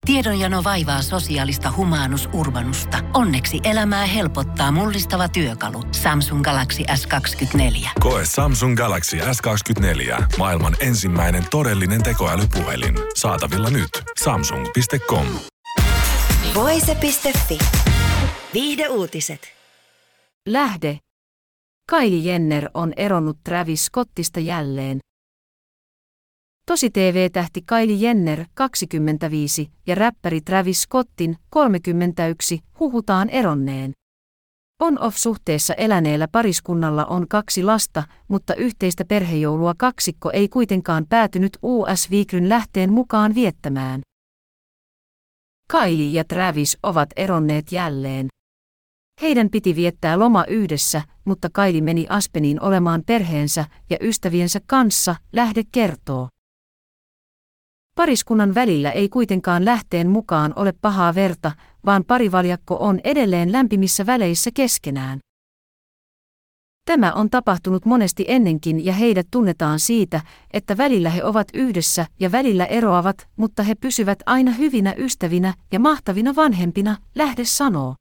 Tiedonjano vaivaa sosiaalista humanus urbanusta. Onneksi elämää helpottaa mullistava työkalu. Samsung Galaxy S24. Koe Samsung Galaxy S24. Maailman ensimmäinen todellinen tekoälypuhelin. Saatavilla nyt. Samsung.com. Voise.fi. Viihdeuutiset. Lähde. Kylie Jenner on eronnut Travis Scottista jälleen. Tosi TV-tähti Kylie Jenner, 25, ja räppäri Travis Scottin, 31, huhutaan eronneen. On-off-suhteessa eläneellä pariskunnalla on 2 lasta, mutta yhteistä perhejoulua kaksikko ei kuitenkaan päätynyt US Weeklyn lähteen mukaan viettämään. Kylie ja Travis ovat eronneet jälleen. Heidän piti viettää loma yhdessä, mutta Kylie meni Aspeniin olemaan perheensä ja ystäviensä kanssa, lähde kertoo. Pariskunnan välillä ei kuitenkaan lähteen mukaan ole pahaa verta, vaan parivaljakko on edelleen lämpimissä väleissä keskenään. Tämä on tapahtunut monesti ennenkin ja heidät tunnetaan siitä, että välillä he ovat yhdessä ja välillä eroavat, mutta he pysyvät aina hyvinä ystävinä ja mahtavina vanhempina, lähde sanoo.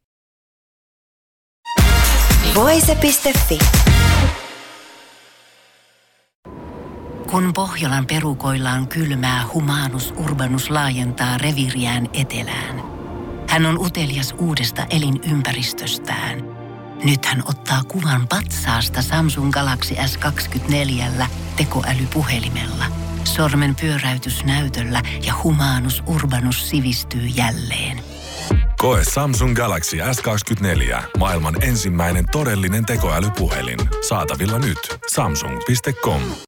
Voise.fi. Kun Pohjolan perukoillaan kylmää, humanus urbanus laajentaa reviiriään etelään. Hän on utelias uudesta elinympäristöstään. Nyt hän ottaa kuvan patsaasta Samsung Galaxy S24 tekoälypuhelimella. Sormen pyöräytys näytöllä ja humanus urbanus sivistyy jälleen. Koe Samsung Galaxy S24. Maailman ensimmäinen todellinen tekoälypuhelin. Saatavilla nyt. Samsung.com.